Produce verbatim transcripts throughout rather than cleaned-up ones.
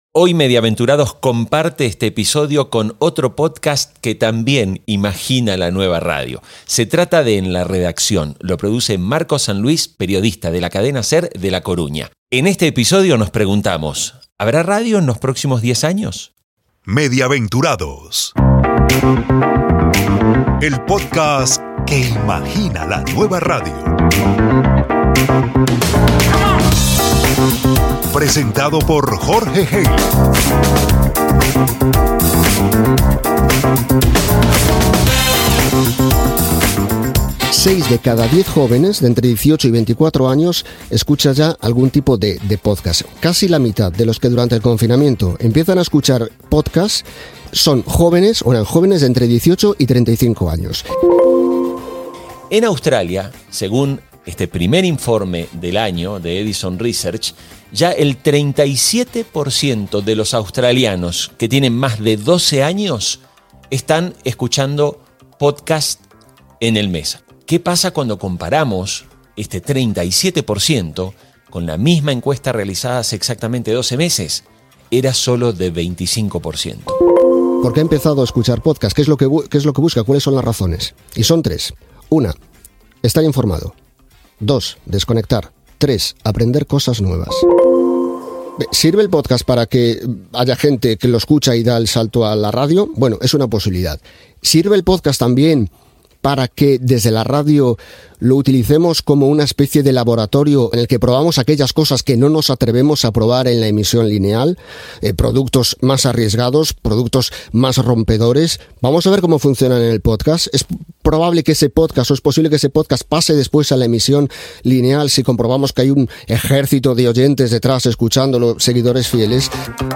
Hoy Mediaventurados comparte este episodio con otro podcast que también imagina la nueva radio. Se trata de En la Redacción. Lo produce Marcos San Luis, periodista de la cadena SER de La Coruña. En este episodio nos preguntamos, ¿habrá radio en los próximos diez años? Mediaventurados. El podcast que imagina la nueva radio. Presentado por Jorge Hey. Seis de cada diez jóvenes de entre dieciocho y veinticuatro años escucha ya algún tipo de, de podcast. Casi la mitad de los que durante el confinamiento empiezan a escuchar podcast son jóvenes o eran jóvenes de entre dieciocho y treinta y cinco años. En Australia, según este primer informe del año de Edison Research, ya el treinta y siete por ciento de los australianos que tienen más de doce años están escuchando podcast en el mes. ¿Qué pasa cuando comparamos este treinta y siete por ciento con la misma encuesta realizada hace exactamente doce meses? Era solo de veinticinco por ciento. ¿Por qué ha empezado a escuchar podcast? ¿Qué es lo que, qué es lo que busca? ¿Cuáles son las razones? Y son tres. Una, estar informado. Dos, desconectar. Tres, aprender cosas nuevas. ¿Sirve el podcast para que haya gente que lo escucha y da el salto a la radio? Bueno, es una posibilidad. ¿Sirve el podcast también para que desde la radio lo utilicemos como una especie de laboratorio en el que probamos aquellas cosas que no nos atrevemos a probar en la emisión lineal? Eh, productos más arriesgados, productos más rompedores. Vamos a ver cómo funcionan en el podcast. Es probable que ese podcast, o es posible que ese podcast pase después a la emisión lineal si comprobamos que hay un ejército de oyentes detrás escuchándolo, seguidores fieles.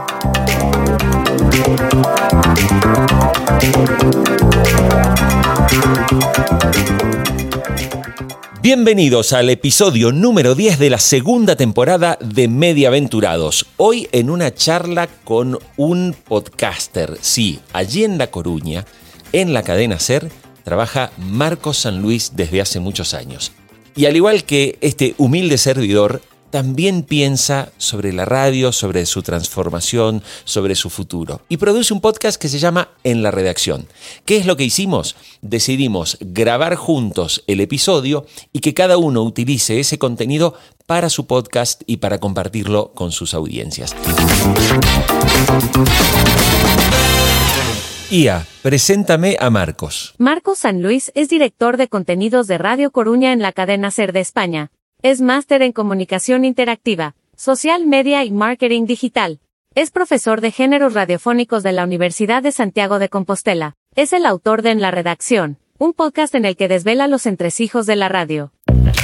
Bienvenidos al episodio número diez de la segunda temporada de Mediaventurados. Hoy en una charla con un podcaster. Sí, allí en La Coruña, en la cadena SER, trabaja Marcos San Luis desde hace muchos años. Y al igual que este humilde servidor, también piensa sobre la radio, sobre su transformación, sobre su futuro. Y produce un podcast que se llama En la Redacción. ¿Qué es lo que hicimos? Decidimos grabar juntos el episodio y que cada uno utilice ese contenido para su podcast y para compartirlo con sus audiencias. Ia, preséntame a Marcos. Marcos San Luis es director de contenidos de Radio Coruña en la cadena SER de España. Es máster en comunicación interactiva, social media y marketing digital. Es profesor de géneros radiofónicos de la Universidad de Santiago de Compostela. Es el autor de En la Redacción, un podcast en el que desvela los entresijos de la radio.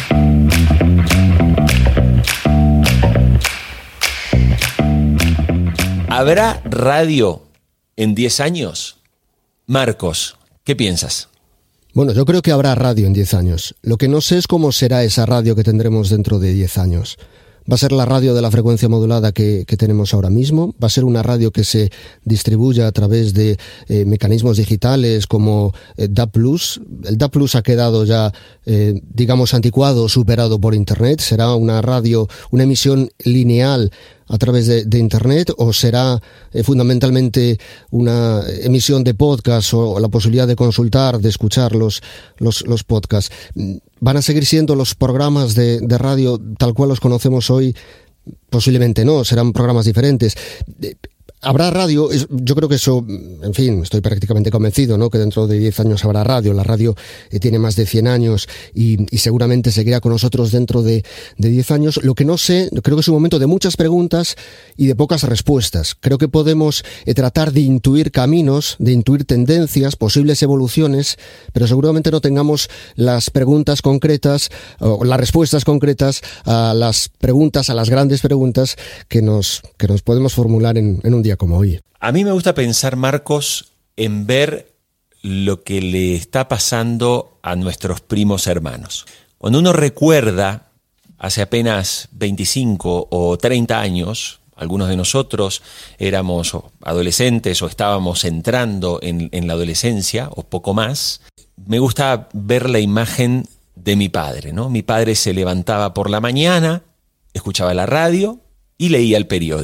¿Habrá radio en diez años? Marcos, ¿qué piensas? Bueno, yo creo que habrá radio en diez años. Lo que no sé es cómo será esa radio que tendremos dentro de diez años. ¿Va a ser la radio de la frecuencia modulada que, que tenemos ahora mismo? ¿Va a ser una radio que se distribuya a través de eh, mecanismos digitales como eh, D A B plus? El D A B plus ha quedado ya, eh, digamos, anticuado, superado por Internet. ¿Será una radio, una emisión lineal a través de, de Internet, o será eh, fundamentalmente una emisión de podcast o, o la posibilidad de consultar, de escuchar los, los, los podcasts? ¿Van a seguir siendo los programas de, de radio tal cual los conocemos hoy? Posiblemente no, serán programas diferentes. ¿Habrá radio? Yo creo que eso, en fin, estoy prácticamente convencido, ¿no?, que dentro de diez años habrá radio. La radio eh, tiene más de cien años y, y seguramente seguirá con nosotros dentro de, de diez años. Lo que no sé, creo que es un momento de muchas preguntas y de pocas respuestas. Creo que podemos eh, tratar de intuir caminos, de intuir tendencias, posibles evoluciones, pero seguramente no tengamos las preguntas concretas o las respuestas concretas a las preguntas, a las grandes preguntas que nos, que nos podemos formular en, en un día como hoy. A mí me gusta pensar, Marcos, en ver lo que le está pasando a nuestros primos hermanos. Cuando uno recuerda hace apenas veinticinco o treinta años, algunos de nosotros éramos adolescentes o estábamos entrando en, en la adolescencia o poco más, me gusta ver la imagen de mi padre, ¿no? Mi padre se levantaba por la mañana, escuchaba la radio y leía el periódico.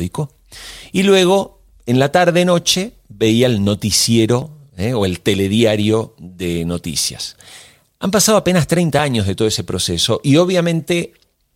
Y luego, en la tarde-noche, veía el noticiero eh, o el telediario de noticias. Han pasado apenas treinta años de todo ese proceso y obviamente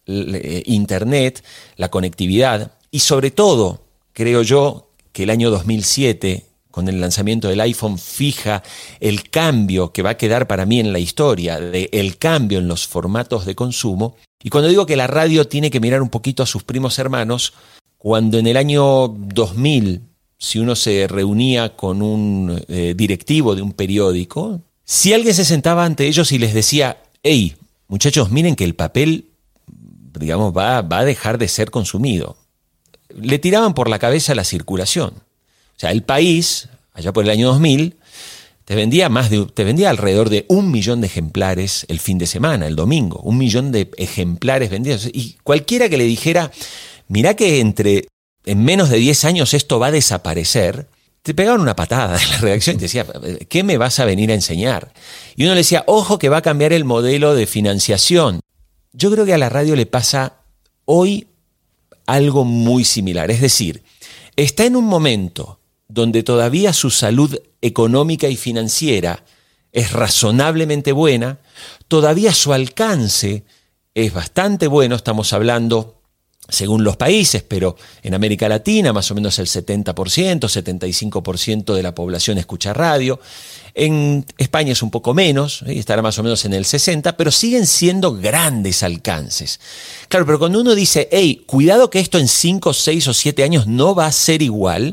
Internet, la conectividad y sobre todo, creo yo, que el año dos mil siete, con el lanzamiento del iPhone, fija el cambio que va a quedar para mí en la historia, de el cambio en los formatos de consumo. Y cuando digo que la radio tiene que mirar un poquito a sus primos hermanos, cuando en el año dos mil, si uno se reunía con un eh, directivo de un periódico, si alguien se sentaba ante ellos y les decía, hey, muchachos, miren que el papel, digamos, va, va a dejar de ser consumido, le tiraban por la cabeza la circulación. O sea, el país, allá por el año dos mil, te vendía, más de, te vendía alrededor de un millón de ejemplares el fin de semana, el domingo, un millón de ejemplares vendidos. Y cualquiera que le dijera, mirá que entre, en menos de diez años esto va a desaparecer, te pegaban una patada en la redacción y te decía, ¿qué me vas a venir a enseñar? Y uno le decía, ojo que va a cambiar el modelo de financiación. Yo creo que a la radio le pasa hoy algo muy similar. Es decir, está en un momento donde todavía su salud económica y financiera es razonablemente buena, todavía su alcance es bastante bueno, estamos hablando según los países, pero en América Latina más o menos el setenta por ciento, setenta y cinco por ciento de la población escucha radio. En España es un poco menos, ¿eh? Estará más o menos en el sesenta por ciento, pero siguen siendo grandes alcances. Claro, pero cuando uno dice, hey, cuidado que esto en cinco, seis o siete años no va a ser igual,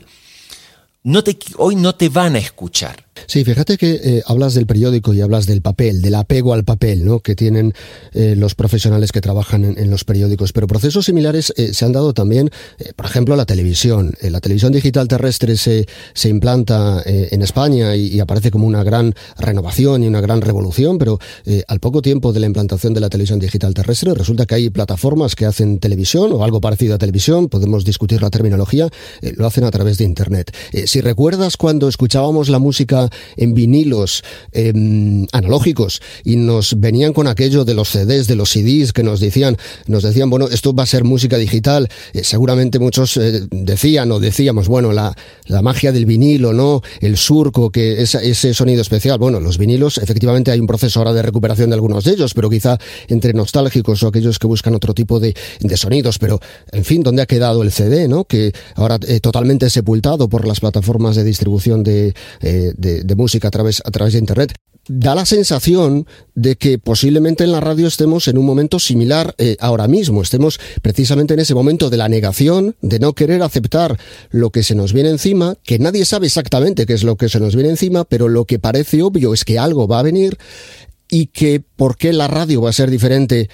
no te, hoy no te van a escuchar. Sí, fíjate que eh, hablas del periódico y hablas del papel, del apego al papel, ¿no?, que tienen eh, los profesionales que trabajan en, en los periódicos. Pero procesos similares eh, se han dado también, eh, por ejemplo, a la televisión. Eh, la televisión digital terrestre se, se implanta eh, en España y, y aparece como una gran renovación y una gran revolución, pero eh, al poco tiempo de la implantación de la televisión digital terrestre resulta que hay plataformas que hacen televisión o algo parecido a televisión, podemos discutir la terminología, eh, lo hacen a través de Internet. Eh, si recuerdas cuando escuchábamos la música en vinilos eh, analógicos y nos venían con aquello de los C Ds, de los C Ds que nos decían, nos decían, bueno, esto va a ser música digital, eh, seguramente muchos eh, decían o decíamos, bueno, la, la magia del vinilo, ¿no?, el surco, que es ese sonido especial. Bueno, los vinilos, efectivamente hay un proceso ahora de recuperación de algunos de ellos, pero quizá entre nostálgicos o aquellos que buscan otro tipo de, de sonidos, pero en fin, ¿dónde ha quedado el C D, ¿no?, que ahora eh, totalmente sepultado por las plataformas de distribución de, eh, de de música a través, a través de Internet? Da la sensación de que posiblemente en la radio estemos en un momento similar eh, ahora mismo, estemos precisamente en ese momento de la negación, de no querer aceptar lo que se nos viene encima, que nadie sabe exactamente qué es lo que se nos viene encima, pero lo que parece obvio es que algo va a venir y que por qué la radio va a ser diferente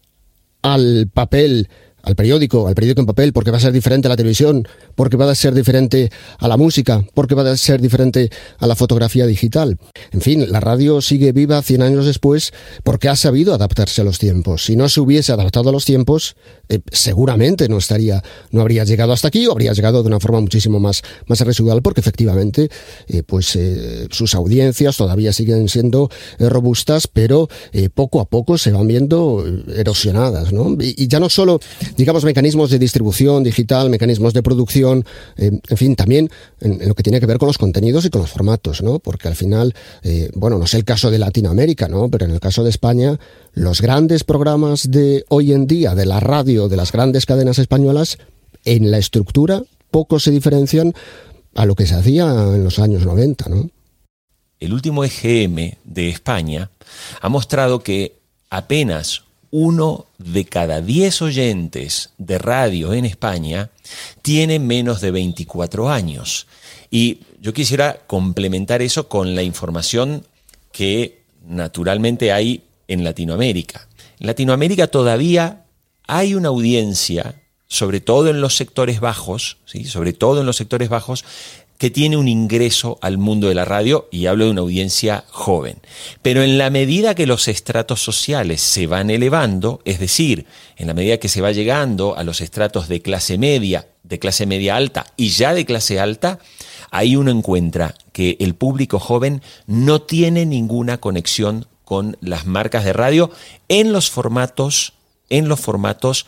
al papel, al periódico, al periódico en papel, porque va a ser diferente a la televisión, porque va a ser diferente a la música, porque va a ser diferente a la fotografía digital. En fin, la radio sigue viva cien años después porque ha sabido adaptarse a los tiempos. Si no se hubiese adaptado a los tiempos, eh, seguramente no estaría, no habría llegado hasta aquí o habría llegado de una forma muchísimo más, más residual, porque efectivamente eh, pues eh, sus audiencias todavía siguen siendo eh, robustas, pero eh, poco a poco se van viendo erosionadas, ¿no? Y, y ya no solo, digamos, mecanismos de distribución digital, mecanismos de producción, eh, en fin, también en, en lo que tiene que ver con los contenidos y con los formatos, ¿no? Porque al final, eh, bueno, no es el caso de Latinoamérica, ¿no?, pero en el caso de España, los grandes programas de hoy en día, de la radio, de las grandes cadenas españolas, en la estructura, poco se diferencian a lo que se hacía en los años noventa, ¿no? El último E G M de España ha mostrado que apenas uno de cada diez oyentes de radio en España tiene menos de veinticuatro años. Y yo quisiera complementar eso con la información que naturalmente hay en Latinoamérica. En Latinoamérica todavía hay una audiencia, sobre todo en los sectores bajos, ¿sí?, sobre todo en los sectores bajos, que tiene un ingreso al mundo de la radio, y hablo de una audiencia joven. Pero en la medida que los estratos sociales se van elevando, es decir, en la medida que se va llegando a los estratos de clase media, de clase media alta y ya de clase alta, ahí uno encuentra que el público joven no tiene ninguna conexión con las marcas de radio en los formatos, en los formatos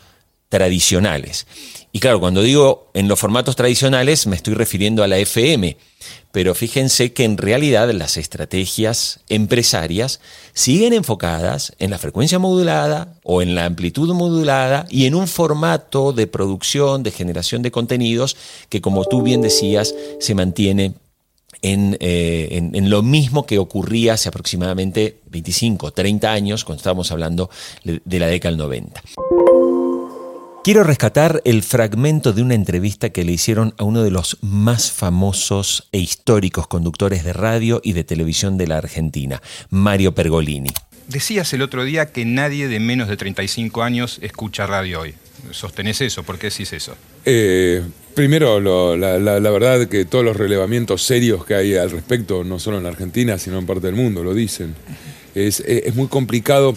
tradicionales. Y claro, cuando digo en los formatos tradicionales me estoy refiriendo a la F M, pero fíjense que en realidad las estrategias empresarias siguen enfocadas en la frecuencia modulada o en la amplitud modulada y en un formato de producción, de generación de contenidos que, como tú bien decías, se mantiene En, eh, en, en lo mismo que ocurría hace aproximadamente veinticinco, treinta años, cuando estábamos hablando de la década del noventa. Quiero rescatar el fragmento de una entrevista que le hicieron a uno de los más famosos e históricos conductores de radio y de televisión de la Argentina, Mario Pergolini. Decías el otro día que nadie de menos de treinta y cinco años escucha radio hoy. ¿Sostenés eso? ¿Por qué decís eso? Eh, primero, lo, la, la, la verdad que todos los relevamientos serios que hay al respecto, no solo en la Argentina, sino en parte del mundo, lo dicen. Es, es, es muy complicado.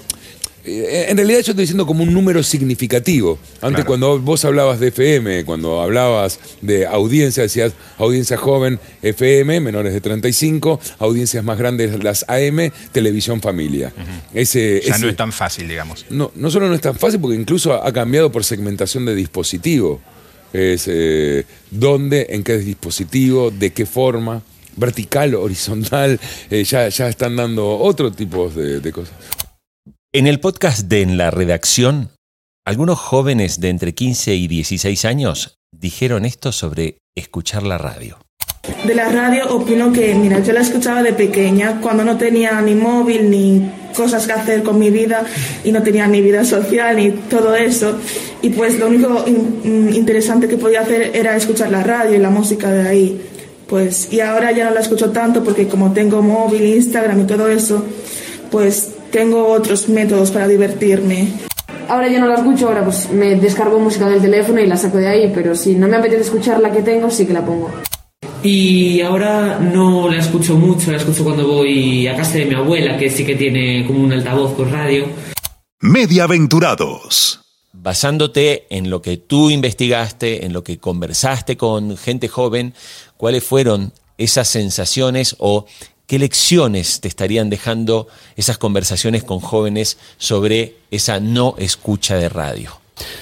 En realidad yo estoy diciendo como un número significativo. Antes, claro, cuando vos hablabas de F M, cuando hablabas de audiencia, decías audiencia joven, F M, menores de treinta y cinco, audiencias más grandes, las A M, televisión familia. Uh-huh. ese, ya ese, no es tan fácil, digamos. No, no solo no es tan fácil, porque incluso ha cambiado por segmentación de dispositivo. Es eh, dónde, en qué dispositivo, de qué forma, vertical, horizontal, eh, ya, ya están dando otro tipo de, de cosas. En el podcast de En la Redacción, algunos jóvenes de entre quince y dieciséis años dijeron esto sobre escuchar la radio. De la radio opino que, mira, yo la escuchaba de pequeña, cuando no tenía ni móvil ni cosas que hacer con mi vida y no tenía ni vida social ni todo eso, y pues lo único in- interesante que podía hacer era escuchar la radio y la música de ahí. Pues, y ahora ya no la escucho tanto porque como tengo móvil, Instagram y todo eso, pues tengo otros métodos para divertirme. Ahora ya no la escucho, ahora pues me descargo música del teléfono y la saco de ahí, pero si no me apetece escuchar la que tengo, sí que la pongo. Y ahora no la escucho mucho, la escucho cuando voy a casa de mi abuela, que sí que tiene como un altavoz con radio. Mediaventurados. Basándote en lo que tú investigaste, en lo que conversaste con gente joven, ¿cuáles fueron esas sensaciones o qué lecciones te estarían dejando esas conversaciones con jóvenes sobre esa no escucha de radio?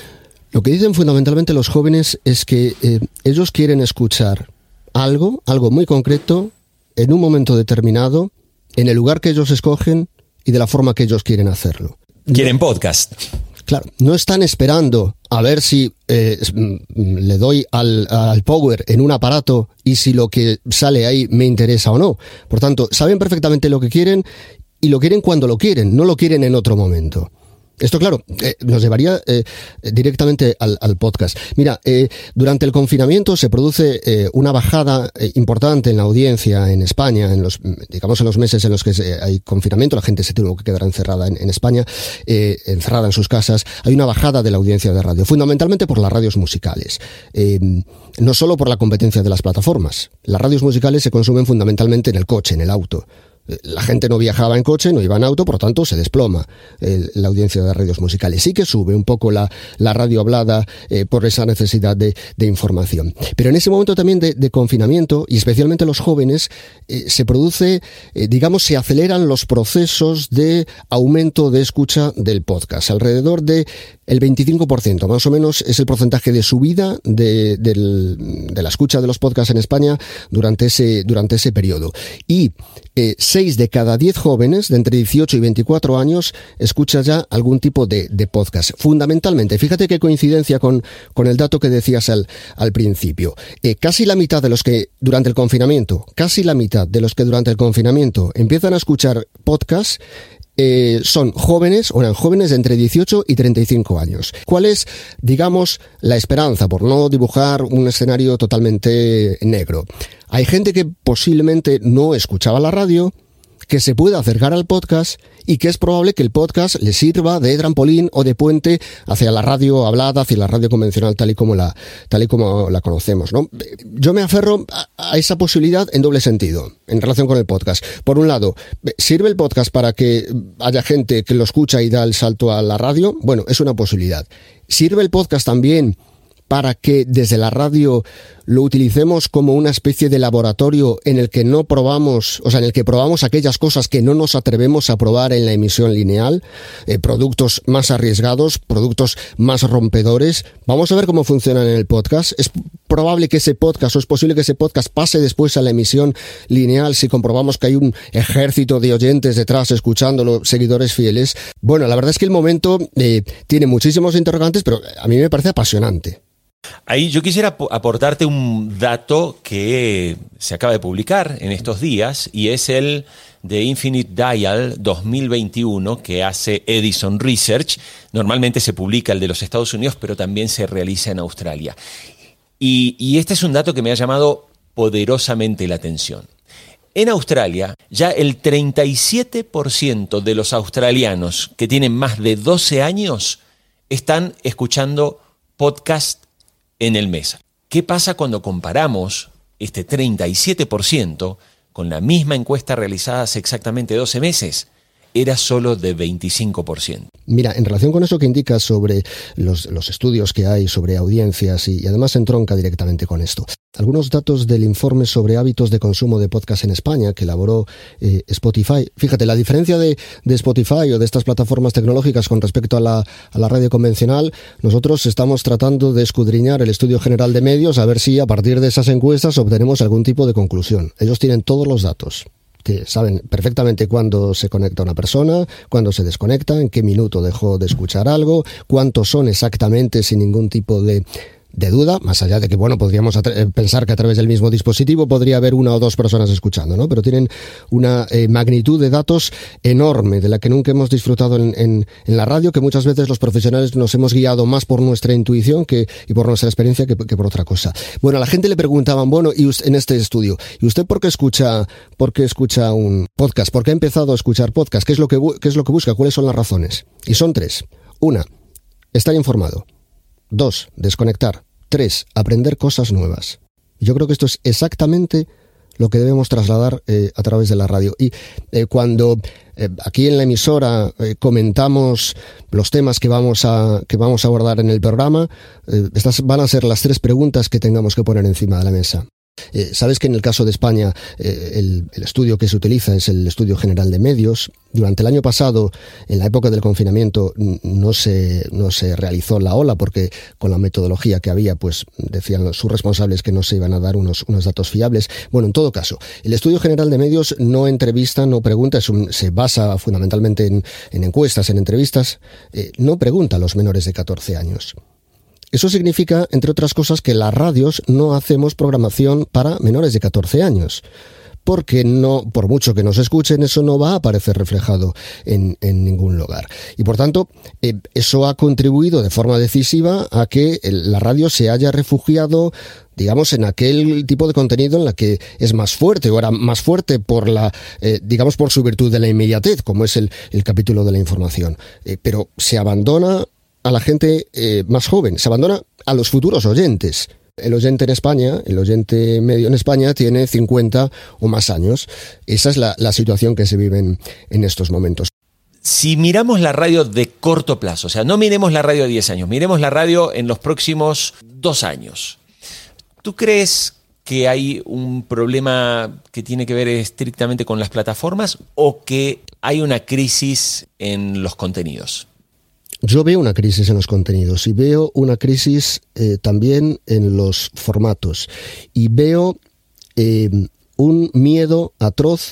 Lo que dicen fundamentalmente los jóvenes es que eh, ellos quieren escuchar algo, algo muy concreto, en un momento determinado, en el lugar que ellos escogen y de la forma que ellos quieren hacerlo. Quieren podcast. Claro, no están esperando a ver si eh, le doy al, al power en un aparato y si lo que sale ahí me interesa o no. Por tanto, saben perfectamente lo que quieren y lo quieren cuando lo quieren, no lo quieren en otro momento. Esto, claro, eh, nos llevaría eh, directamente al, al podcast. Mira, eh, durante el confinamiento se produce eh, una bajada eh, importante en la audiencia en España, en los, digamos, en los meses en los que se, hay confinamiento, la gente se tuvo que quedar encerrada en, en España, eh, encerrada en sus casas. Hay una bajada de la audiencia de radio, fundamentalmente por las radios musicales. Eh, no solo por la competencia de las plataformas. Las radios musicales se consumen fundamentalmente en el coche, en el auto. La gente no viajaba en coche, no iba en auto, por lo tanto se desploma eh, la audiencia de radios musicales. Sí que sube un poco la, la radio hablada eh, por esa necesidad de, de información. Pero en ese momento también de, de confinamiento, y especialmente los jóvenes, eh, se produce, eh, digamos, se aceleran los procesos de aumento de escucha del podcast. Alrededor de el veinticinco por ciento, más o menos, es el porcentaje de subida de, de, de la escucha de los podcasts en España durante ese, durante ese periodo. Y eh, seis de cada diez jóvenes de entre dieciocho y veinticuatro años escucha ya algún tipo de, de podcast. Fundamentalmente, fíjate qué coincidencia con, con el dato que decías al, al principio. Eh, casi la mitad de los que durante el confinamiento, casi la mitad de los que durante el confinamiento empiezan a escuchar podcast Eh, son jóvenes, o eran jóvenes de entre dieciocho y treinta y cinco años. ¿Cuál es, digamos, la esperanza, por no dibujar un escenario totalmente negro? Hay gente que posiblemente no escuchaba la radio, que se puede acercar al podcast y que es probable que el podcast le sirva de trampolín o de puente hacia la radio hablada, hacia la radio convencional tal y como la, tal y como la conocemos, ¿no? Yo me aferro a, a esa posibilidad en doble sentido, en relación con el podcast. Por un lado, ¿sirve el podcast para que haya gente que lo escucha y da el salto a la radio? Bueno, es una posibilidad. ¿Sirve el podcast también para que desde la radio lo utilicemos como una especie de laboratorio en el que no probamos, o sea, en el que probamos aquellas cosas que no nos atrevemos a probar en la emisión lineal, eh, productos más arriesgados, productos más rompedores. Vamos a ver cómo funcionan en el podcast. Es probable que ese podcast, o es posible que ese podcast pase después a la emisión lineal si comprobamos que hay un ejército de oyentes detrás escuchándolo, seguidores fieles. Bueno, la verdad es que el momento eh, tiene muchísimos interrogantes, pero a mí me parece apasionante. Ahí yo quisiera aportarte un dato que se acaba de publicar en estos días y es el de Infinite Dial dos mil veintiuno que hace Edison Research. Normalmente se publica el de los Estados Unidos, pero también se realiza en Australia. Y, y este es un dato que me ha llamado poderosamente la atención. En Australia, ya el treinta y siete por ciento de los australianos que tienen más de doce años están escuchando podcast en el mes. ¿Qué pasa cuando comparamos este treinta y siete por ciento con la misma encuesta realizada hace exactamente doce meses? Era solo de veinticinco por ciento. Mira, en relación con eso que indicas sobre los, los estudios que hay sobre audiencias y, y además entronca directamente con esto. Algunos datos del informe sobre hábitos de consumo de podcast en España que elaboró eh, Spotify. Fíjate, la diferencia de, de Spotify o de estas plataformas tecnológicas con respecto a la, a la radio convencional, nosotros estamos tratando de escudriñar el estudio general de medios a ver si a partir de esas encuestas obtenemos algún tipo de conclusión. Ellos tienen todos los datos. Que saben perfectamente cuándo se conecta una persona, cuándo se desconecta, en qué minuto dejó de escuchar algo, cuántos son exactamente sin ningún tipo de, de duda, más allá de que, bueno, podríamos pensar que a través del mismo dispositivo podría haber una o dos personas escuchando, ¿no? Pero tienen una eh, magnitud de datos enorme, de la que nunca hemos disfrutado en, en, en la radio, que muchas veces los profesionales nos hemos guiado más por nuestra intuición que, y por nuestra experiencia que, que por otra cosa. Bueno, a la gente le preguntaban, bueno, y usted, en este estudio, ¿y usted por qué escucha, por qué escucha un podcast? ¿Por qué ha empezado a escuchar podcast? ¿Qué es lo que, qué es lo que busca? ¿Cuáles son las razones? Y son tres. Una, estar informado. Dos, desconectar. Tres, aprender cosas nuevas. Yo creo que esto es exactamente lo que debemos trasladar eh, a través de la radio. Y eh, cuando eh, aquí en la emisora eh, comentamos los temas que vamos a que vamos a abordar en el programa, eh, estas van a ser las tres preguntas que tengamos que poner encima de la mesa. Eh, Sabes que en el caso de España eh, el, el estudio que se utiliza es el Estudio General de Medios. Durante el año pasado, en la época del confinamiento, no se, no se realizó la ola porque con la metodología que había, pues decían los, sus responsables que no se iban a dar unos, unos datos fiables. Bueno, en todo caso, el Estudio General de Medios no entrevista, no pregunta, es un, se basa fundamentalmente en, en encuestas, en entrevistas, eh, no pregunta a los menores de catorce años. Eso significa, entre otras cosas, que las radios no hacemos programación para menores de catorce años. Porque no, por mucho que nos escuchen, eso no va a aparecer reflejado en, en ningún lugar. Y por tanto, eh, eso ha contribuido de forma decisiva a que el, la radio se haya refugiado, digamos, en aquel tipo de contenido en la que es más fuerte, o era más fuerte por la, eh, digamos, por su virtud de la inmediatez, como es el, el capítulo de la información. Eh, pero se abandona a la gente eh, más joven, se abandona a los futuros oyentes. El oyente en España, el oyente medio en España tiene cincuenta o más años. Esa es la, la situación que se vive en, en estos momentos. Si miramos la radio de corto plazo, o sea, no miremos la radio de diez años, miremos la radio en los próximos dos años. ¿Tú crees que hay un problema que tiene que ver estrictamente con las plataformas o que hay una crisis en los contenidos? Yo veo una crisis en los contenidos y veo una crisis eh, también en los formatos y veo eh, un miedo atroz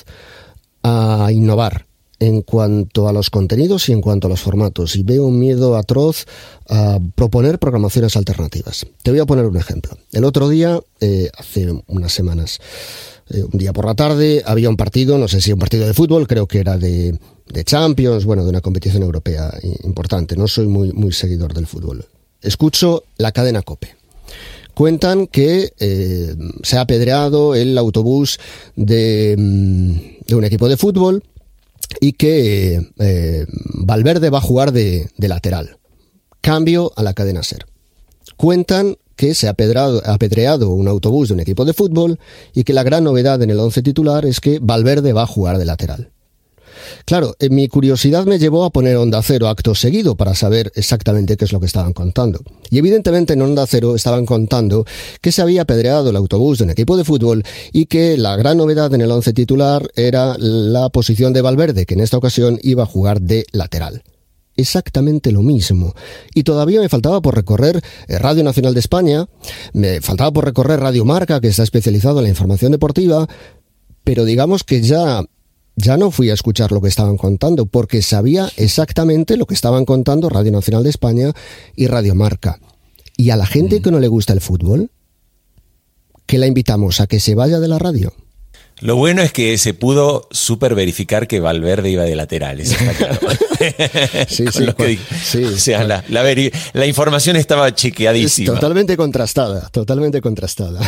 a innovar en cuanto a los contenidos y en cuanto a los formatos, y veo un miedo atroz a proponer programaciones alternativas. Te voy a poner un ejemplo. El otro día, eh, hace unas semanas, eh, un día por la tarde, había un partido, no sé si un partido de fútbol, creo que era de... de Champions, bueno, de una competición europea importante. No soy muy, muy seguidor del fútbol. Escucho la cadena COPE. Cuentan que eh, se ha apedreado el autobús de, de un equipo de fútbol y que eh, Valverde va a jugar de, de lateral. Cambio a la cadena SER. Cuentan que se ha apedreado, apedreado un autobús de un equipo de fútbol y que la gran novedad en el once titular es que Valverde va a jugar de lateral. Claro, eh, mi curiosidad me llevó a poner Onda Cero acto seguido para saber exactamente qué es lo que estaban contando. Y evidentemente en Onda Cero estaban contando que se había apedreado el autobús de un equipo de fútbol y que la gran novedad en el once titular era la posición de Valverde, que en esta ocasión iba a jugar de lateral. Exactamente lo mismo. Y todavía me faltaba por recorrer Radio Nacional de España, me faltaba por recorrer Radio Marca, que está especializado en la información deportiva, pero digamos que ya, ya no fui a escuchar lo que estaban contando, porque sabía exactamente lo que estaban contando Radio Nacional de España y Radio Marca. Y a la gente que no le gusta el fútbol, ¿qué la invitamos? ¿A que se vaya de la radio? Lo bueno es que se pudo super verificar que Valverde iba de lateral, eso está claro. sí, sí, que, sí, o sea, la, la, veri- la información estaba chequeadísima. Es totalmente contrastada, totalmente contrastada.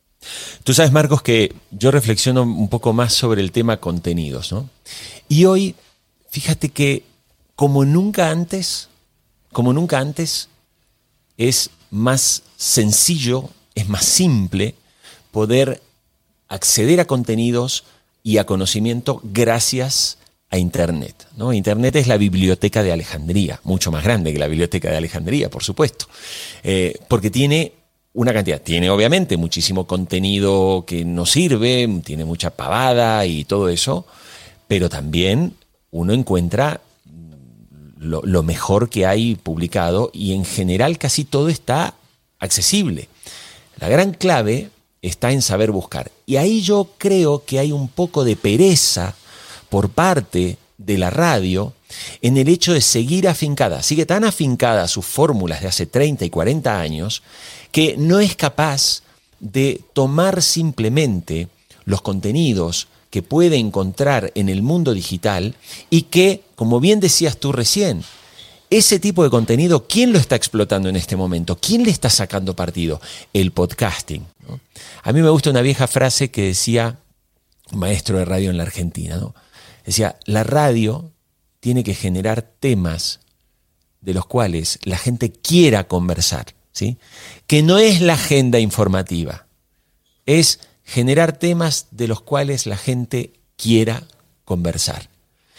Tú sabes, Marcos, que yo reflexiono un poco más sobre el tema contenidos, ¿no? Y hoy, fíjate que como nunca antes, como nunca antes, es más sencillo, es más simple poder acceder a contenidos y a conocimiento gracias a Internet, ¿no? Internet es la biblioteca de Alejandría, mucho más grande que la biblioteca de Alejandría, por supuesto, eh, porque tiene una cantidad, tiene obviamente muchísimo contenido que nos sirve, tiene mucha pavada y todo eso, pero también uno encuentra lo, lo mejor que hay publicado y en general casi todo está accesible. La gran clave está en saber buscar. Y ahí yo creo que hay un poco de pereza por parte de la radio en el hecho de seguir afincada. Sigue tan afincada a sus fórmulas de hace treinta y cuarenta años que no es capaz de tomar simplemente los contenidos que puede encontrar en el mundo digital y que, como bien decías tú recién, ese tipo de contenido, ¿quién lo está explotando en este momento? ¿Quién le está sacando partido? El podcasting, ¿no? A mí me gusta una vieja frase que decía un maestro de radio en la Argentina, ¿no? Decía, la radio tiene que generar temas de los cuales la gente quiera conversar, ¿sí? Que no es la agenda informativa, es generar temas de los cuales la gente quiera conversar.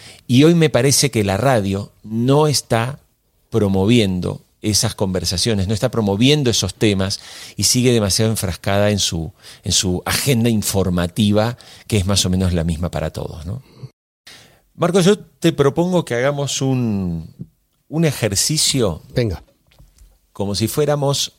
Y hoy me parece que la radio no está promoviendo esas conversaciones, no está promoviendo esos temas y sigue demasiado enfrascada en su, en su agenda informativa, que es más o menos la misma para todos, ¿no? Marcos, yo te propongo que hagamos un, un ejercicio. Venga. Como si fuéramos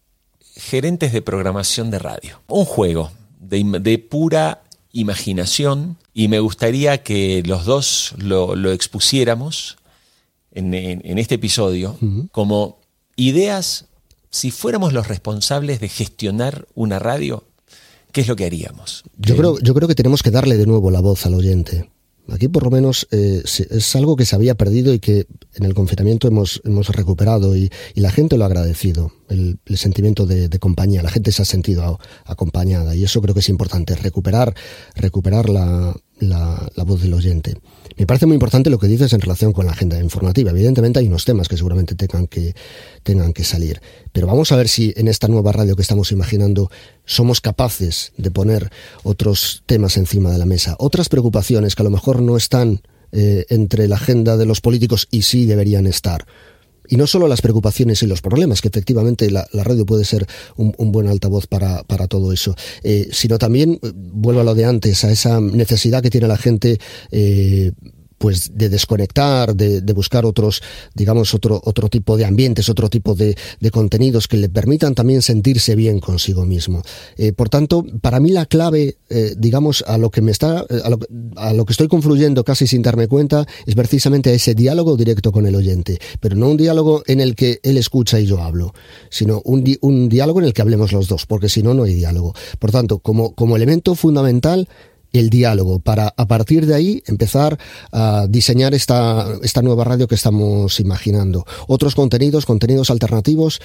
gerentes de programación de radio. Un juego de, de pura imaginación y me gustaría que los dos lo, lo expusiéramos en, en, en este episodio uh-huh. como ideas, si fuéramos los responsables de gestionar una radio, ¿qué es lo que haríamos? Yo, creo, yo creo que tenemos que darle de nuevo la voz al oyente. Aquí por lo menos eh, es algo que se había perdido y que en el confinamiento hemos, hemos recuperado y, y la gente lo ha agradecido, el, el sentimiento de, de compañía, la gente se ha sentido a, acompañada y eso creo que es importante, recuperar, recuperar la, la, la voz del oyente. Me parece muy importante lo que dices en relación con la agenda informativa. Evidentemente hay unos temas que seguramente tengan que, tengan que salir, pero vamos a ver si en esta nueva radio que estamos imaginando somos capaces de poner otros temas encima de la mesa, otras preocupaciones que a lo mejor no están eh, entre la agenda de los políticos y sí deberían estar. Y no solo las preocupaciones y los problemas, que efectivamente la, la radio puede ser un, un buen altavoz para, para todo eso, eh, sino también, vuelvo a lo de antes, a esa necesidad que tiene la gente eh, pues de desconectar, de, de buscar otros, digamos, otro, otro tipo de ambientes, otro tipo de, de contenidos que le permitan también sentirse bien consigo mismo. Eh, por tanto, para mí la clave, eh, digamos, a lo que me está, a lo, a lo que estoy confluyendo casi sin darme cuenta, es precisamente a ese diálogo directo con el oyente, pero no un diálogo en el que él escucha y yo hablo, sino un, di, un diálogo en el que hablemos los dos, porque si no, no hay diálogo. Por tanto, como, como elemento fundamental, el diálogo, para a partir de ahí empezar a diseñar esta, esta nueva radio que estamos imaginando. Otros contenidos, contenidos alternativos.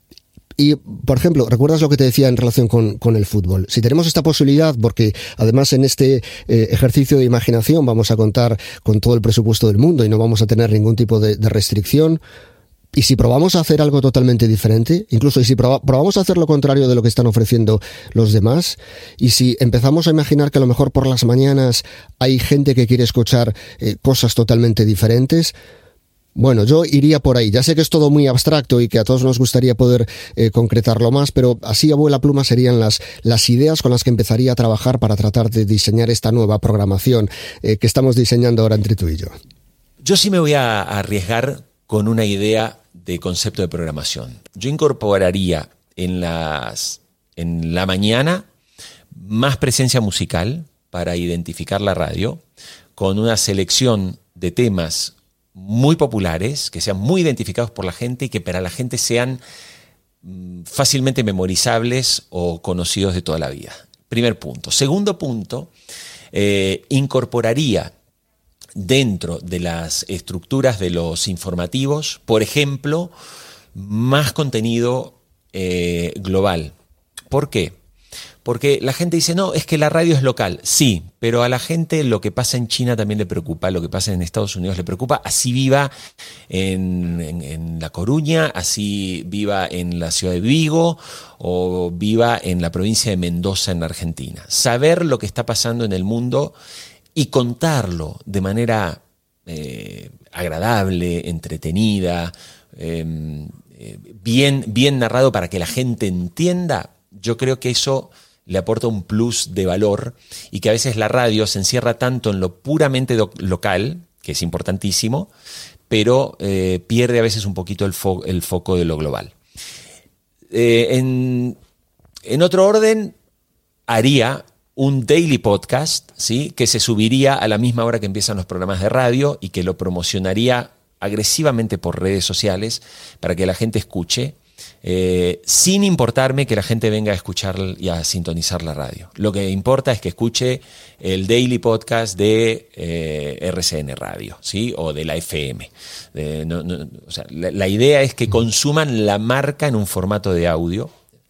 Y, por ejemplo, ¿recuerdas lo que te decía en relación con, con el fútbol? Si tenemos esta posibilidad, porque además en este eh, ejercicio de imaginación vamos a contar con todo el presupuesto del mundo y no vamos a tener ningún tipo de, de restricción, ¿Y si probamos a hacer algo totalmente diferente? Incluso, ¿y si proba- probamos a hacer lo contrario de lo que están ofreciendo los demás? ¿Y si empezamos a imaginar que a lo mejor por las mañanas hay gente que quiere escuchar eh, cosas totalmente diferentes? Bueno, yo iría por ahí. Ya sé que es todo muy abstracto y que a todos nos gustaría poder eh, concretarlo más, pero así a vuela pluma serían las, las ideas con las que empezaría a trabajar para tratar de diseñar esta nueva programación eh, que estamos diseñando ahora entre tú y yo. Yo sí me voy a arriesgar con una idea de concepto de programación. Yo incorporaría en, las, en la mañana más presencia musical para identificar la radio, con una selección de temas muy populares, que sean muy identificados por la gente y que para la gente sean fácilmente memorizables o conocidos de toda la vida. Primer punto. Segundo punto, eh, incorporaría dentro de las estructuras de los informativos, por ejemplo, más contenido eh, global. ¿Por qué? Porque la gente dice, no, es que la radio es local. Sí, pero a la gente lo que pasa en China también le preocupa, lo que pasa en Estados Unidos le preocupa, así viva en, en, en La Coruña, así viva en la ciudad de Vigo o viva en la provincia de Mendoza en Argentina. Saber lo que está pasando en el mundo y contarlo de manera eh, agradable, entretenida, eh, bien, bien narrado para que la gente entienda, yo creo que eso le aporta un plus de valor y que a veces la radio se encierra tanto en lo puramente do- local, que es importantísimo, pero eh, pierde a veces un poquito el, fo- el foco de lo global. Eh, en, en otro orden, haría un daily podcast, ¿sí?, que se subiría a la misma hora que empiezan los programas de radio y que lo promocionaría agresivamente por redes sociales para que la gente escuche, eh, sin importarme que la gente venga a escuchar y a sintonizar la radio. Lo que importa es que escuche el daily podcast de eh, R C N Radio, ¿sí?, o de la F M. Eh, no, no, o sea, la, la idea es que consuman la marca en un formato de audio.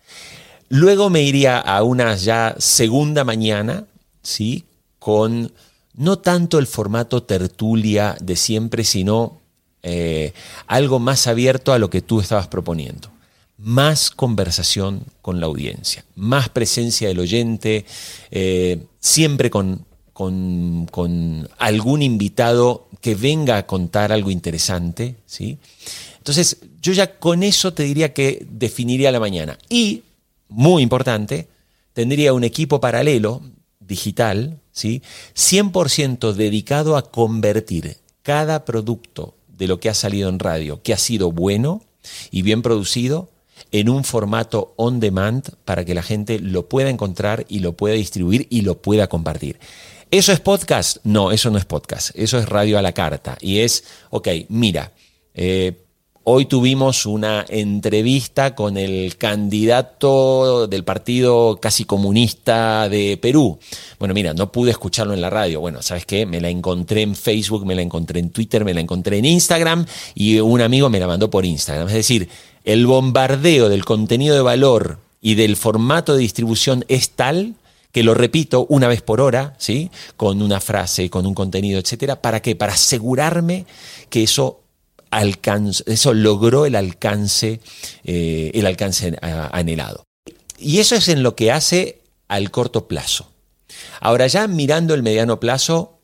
Luego me iría a una ya segunda mañana, ¿sí?, con no tanto el formato tertulia de siempre, sino eh, algo más abierto a lo que tú estabas proponiendo. Más conversación con la audiencia, más presencia del oyente, eh, siempre con, con, con algún invitado que venga a contar algo interesante, ¿sí? Entonces, yo ya con eso te diría que definiría la mañana. Y muy importante, tendría un equipo paralelo, digital, ¿sí?, cien por ciento dedicado a convertir cada producto de lo que ha salido en radio, que ha sido bueno y bien producido, en un formato on demand para que la gente lo pueda encontrar y lo pueda distribuir y lo pueda compartir. ¿Eso es podcast? No, eso no es podcast. Eso es radio a la carta. Y es, ok, mira, eh, hoy tuvimos una entrevista con el candidato del partido casi comunista de Perú. Bueno, mira, no pude escucharlo en la radio. Bueno, ¿sabes qué? Me la encontré en Facebook, me la encontré en Twitter, me la encontré en Instagram y un amigo me la mandó por Instagram. Es decir, el bombardeo del contenido de valor y del formato de distribución es tal que lo repito una vez por hora, ¿sí?, con una frase, con un contenido, etcétera. ¿Para qué? Para asegurarme que eso Alcanz, eso logró el alcance, eh, el alcance anhelado. Y eso es en lo que hace al corto plazo. Ahora ya mirando el mediano plazo,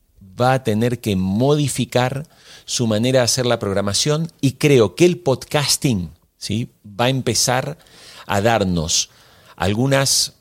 va a tener que modificar su manera de hacer la programación y creo que el podcasting, ¿sí?, va a empezar a darnos algunas,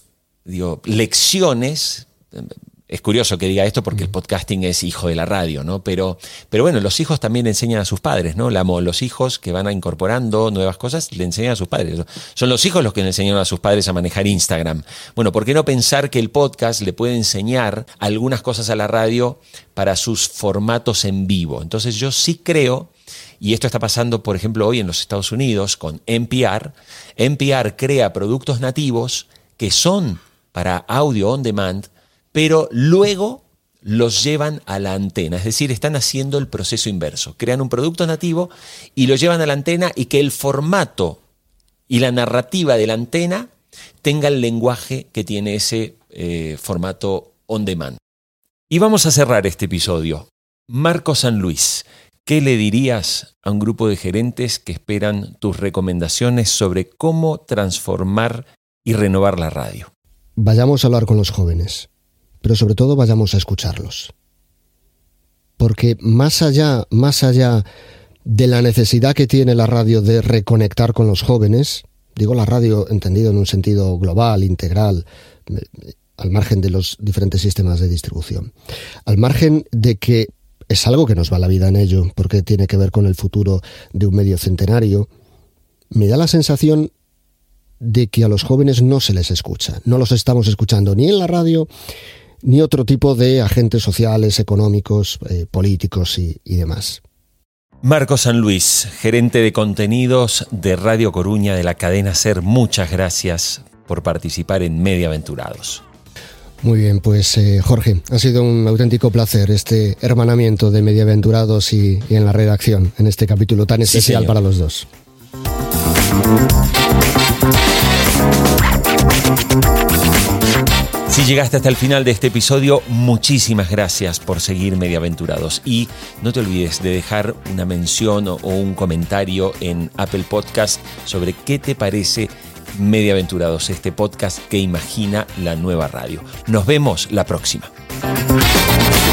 digo, lecciones. Es curioso que diga esto porque el podcasting es hijo de la radio, ¿no? Pero, pero bueno, los hijos también enseñan a sus padres, ¿no? La, los hijos que van incorporando nuevas cosas le enseñan a sus padres. Son los hijos los que le enseñaron a sus padres a manejar Instagram. Bueno, ¿por qué no pensar que el podcast le puede enseñar algunas cosas a la radio para sus formatos en vivo? Entonces yo sí creo, y esto está pasando, por ejemplo, hoy en los Estados Unidos con N P R. N P R crea productos nativos que son para audio on demand, pero luego los llevan a la antena. Es decir, están haciendo el proceso inverso. Crean un producto nativo y lo llevan a la antena y que el formato y la narrativa de la antena tenga el lenguaje que tiene ese eh, formato on demand. Y vamos a cerrar este episodio. Marco San Luis, ¿qué le dirías a un grupo de gerentes que esperan tus recomendaciones sobre cómo transformar y renovar la radio? Vayamos a hablar con los jóvenes, pero sobre todo vayamos a escucharlos. Porque más allá, más allá de la necesidad que tiene la radio de reconectar con los jóvenes, digo la radio entendido en un sentido global, integral, al margen de los diferentes sistemas de distribución, al margen de que es algo que nos va la vida en ello, porque tiene que ver con el futuro de un medio centenario, me da la sensación de que a los jóvenes no se les escucha. No los estamos escuchando ni en la radio, ni otro tipo de agentes sociales, económicos, eh, políticos y, y demás. Marco San Luis, gerente de contenidos de Radio Coruña de la cadena SER, muchas gracias por participar en Mediaventurados. Muy bien, pues eh, Jorge, ha sido un auténtico placer este hermanamiento de Mediaventurados y, y en la redacción, en este capítulo tan especial sí, para los dos. Si llegaste hasta el final de este episodio, muchísimas gracias por seguir Mediaventurados. Y no te olvides de dejar una mención o un comentario en Apple Podcast sobre qué te parece Mediaventurados, este podcast que imagina la nueva radio. Nos vemos la próxima.